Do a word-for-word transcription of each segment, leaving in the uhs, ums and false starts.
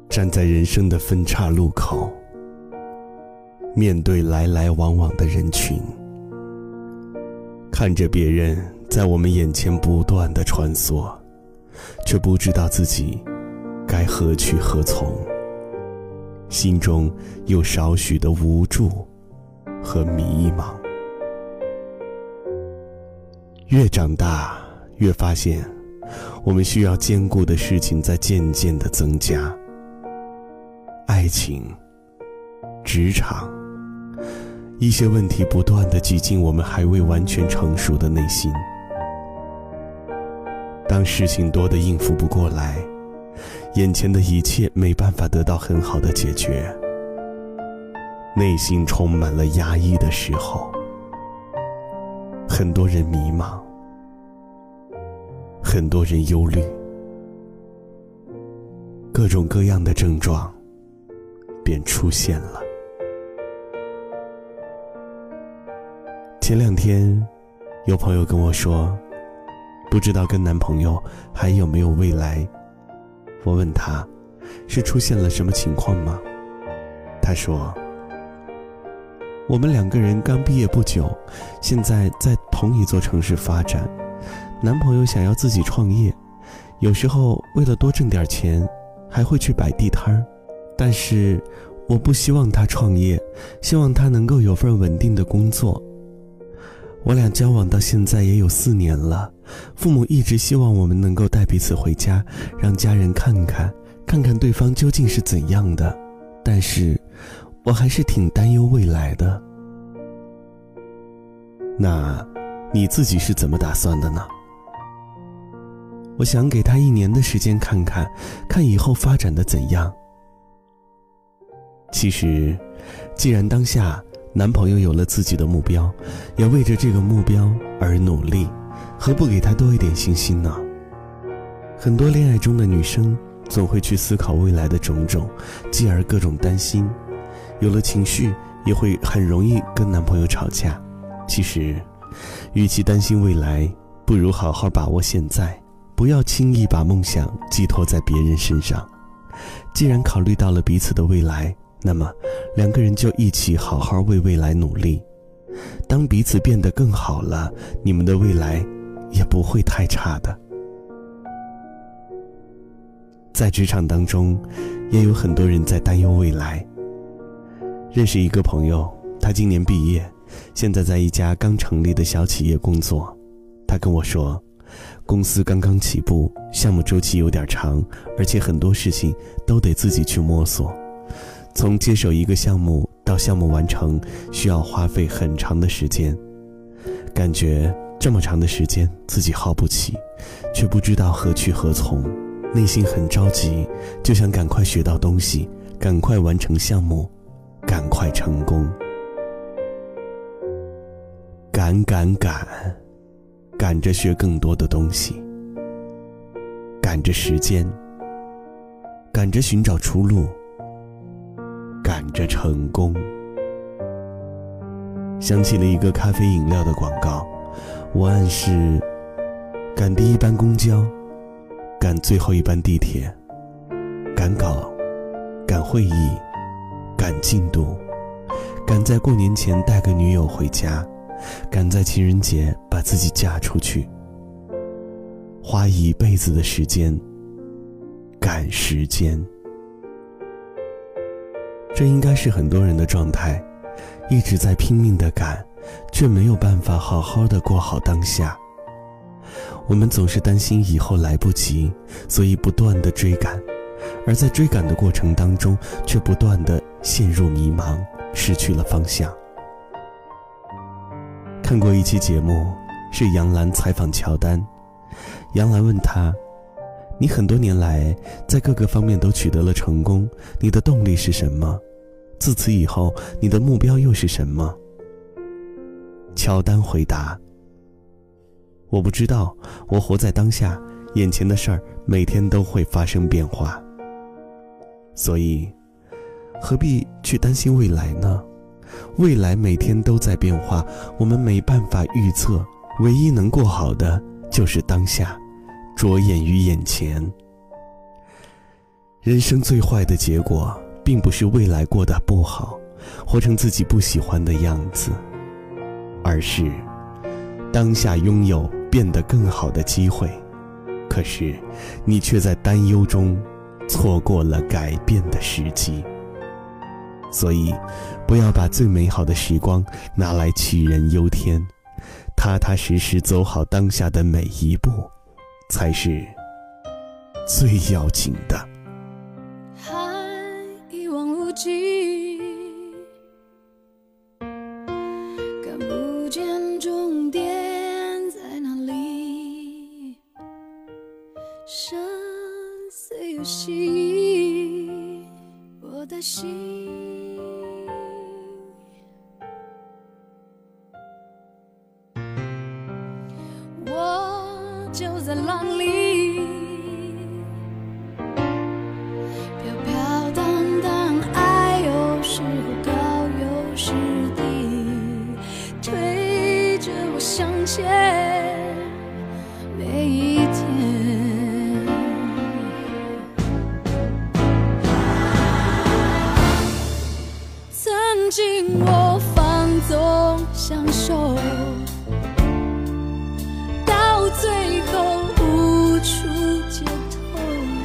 站在人生的分岔路口，面对来来往往的人群，看着别人在我们眼前不断的穿梭，却不知道自己该何去何从，心中有少许的无助和迷茫。越长大，越发现我们需要兼顾的事情在渐渐的增加，爱情、职场，一些问题不断地挤进我们还未完全成熟的内心。当事情多得应付不过来，眼前的一切没办法得到很好的解决，内心充满了压抑的时候，很多人迷茫，很多人忧虑，各种各样的症状便出现了。前两天有朋友跟我说，不知道跟男朋友还有没有未来。我问他，是出现了什么情况吗？他说，我们两个人刚毕业不久，现在在同一座城市发展，男朋友想要自己创业，有时候为了多挣点钱还会去摆地摊儿，但是我不希望他创业，希望他能够有份稳定的工作。我俩交往到现在也有四年了，父母一直希望我们能够带彼此回家，让家人看看看看对方究竟是怎样的，但是我还是挺担忧未来的。那你自己是怎么打算的呢？我想给他一年的时间看看，看以后发展的怎样。其实，既然当下男朋友有了自己的目标，也为着这个目标而努力，何不给他多一点信心呢？很多恋爱中的女生总会去思考未来的种种，继而各种担心，有了情绪也会很容易跟男朋友吵架。其实，与其担心未来，不如好好把握现在，不要轻易把梦想寄托在别人身上。既然考虑到了彼此的未来，那么两个人就一起好好为未来努力。当彼此变得更好了，你们的未来也不会太差的。在职场当中，也有很多人在担忧未来。认识一个朋友，他今年毕业，现在在一家刚成立的小企业工作。他跟我说，公司刚刚起步，项目周期有点长，而且很多事情都得自己去摸索。从接手一个项目到项目完成，需要花费很长的时间，感觉这么长的时间自己耗不起，却不知道何去何从，内心很着急，就想赶快学到东西，赶快完成项目，赶快成功。赶赶赶，赶着学更多的东西，赶着时间，赶着寻找出路，赶着成功。想起了一个咖啡饮料的广告，文案是：赶第一班公交，赶最后一班地铁，赶稿，赶会议，赶进度，赶在过年前带个女友回家，赶在情人节把自己嫁出去，花一辈子的时间赶时间。这应该是很多人的状态，一直在拼命地赶，却没有办法好好地过好当下。我们总是担心以后来不及，所以不断地追赶，而在追赶的过程当中，却不断地陷入迷茫，失去了方向。看过一期节目，是杨澜采访乔丹。杨澜问他，你很多年来在各个方面都取得了成功，你的动力是什么？自此以后，你的目标又是什么？乔丹回答，我不知道，我活在当下，眼前的事儿每天都会发生变化，所以何必去担心未来呢？未来每天都在变化，我们没办法预测，唯一能过好的就是当下，着眼于眼前。 人生最坏的结果，并不是未来过得不好，活成自己不喜欢的样子，而是当下拥有变得更好的机会，可是你却在担忧中错过了改变的时机。所以不要把最美好的时光拿来杞人忧天，踏踏实实走好当下的每一步，才是最要紧的。 海一望无际，看不见终点在哪里，生死游戏，我的心我就在浪里，飘飘荡荡，爱有时候高有时低，推着我向前每一天。曾经我放纵享受，最后无处解脱，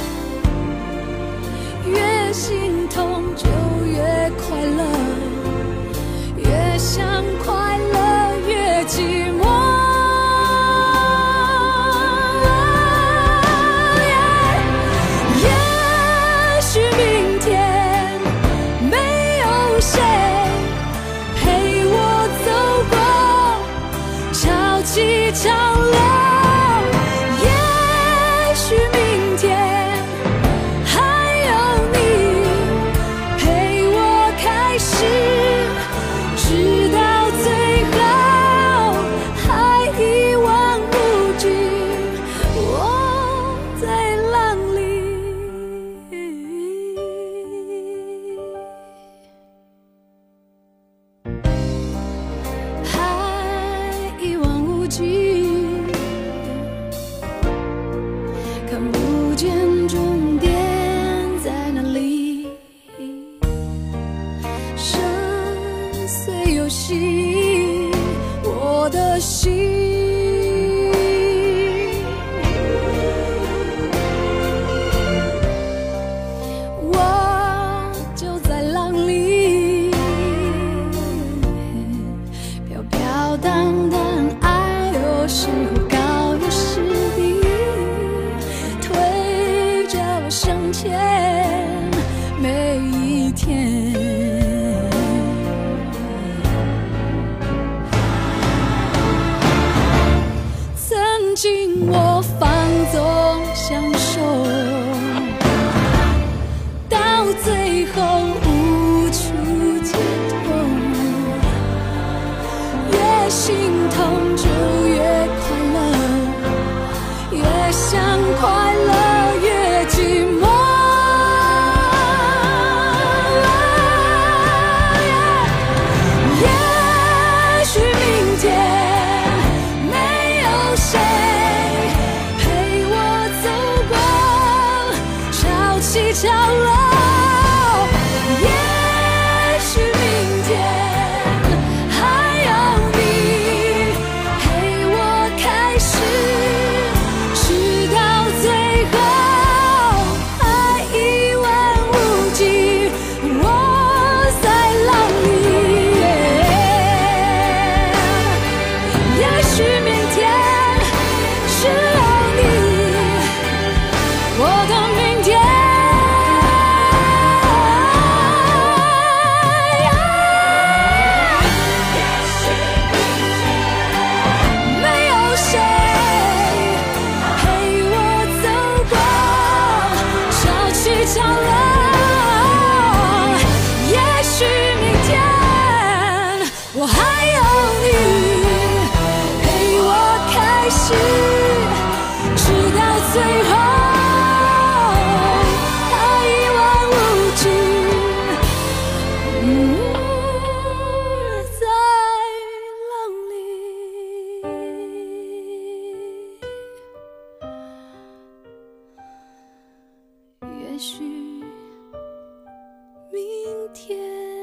越心痛就越快乐，越想快乐越寂寞。也许明天没有谁陪我走过潮起潮落，看不见终点在哪里，生死游戏，我的心我就在浪里，飘飘荡荡，爱有时候高有时低，推着我向前每一天。曾经我放纵享受，到最后无处解脱，越心痛就越快乐，越想快乐越寂寞。也许明天没有谁陪我走过潮起潮落，也许明天还有你陪我开始，直到最后爱一望无际，我在浪里。也许明天只有你，我的明天。没有谁陪我走过潮起潮落，也许明天我还有你陪我开始，直到最后爱一望无际。嗯，在浪里，也许天。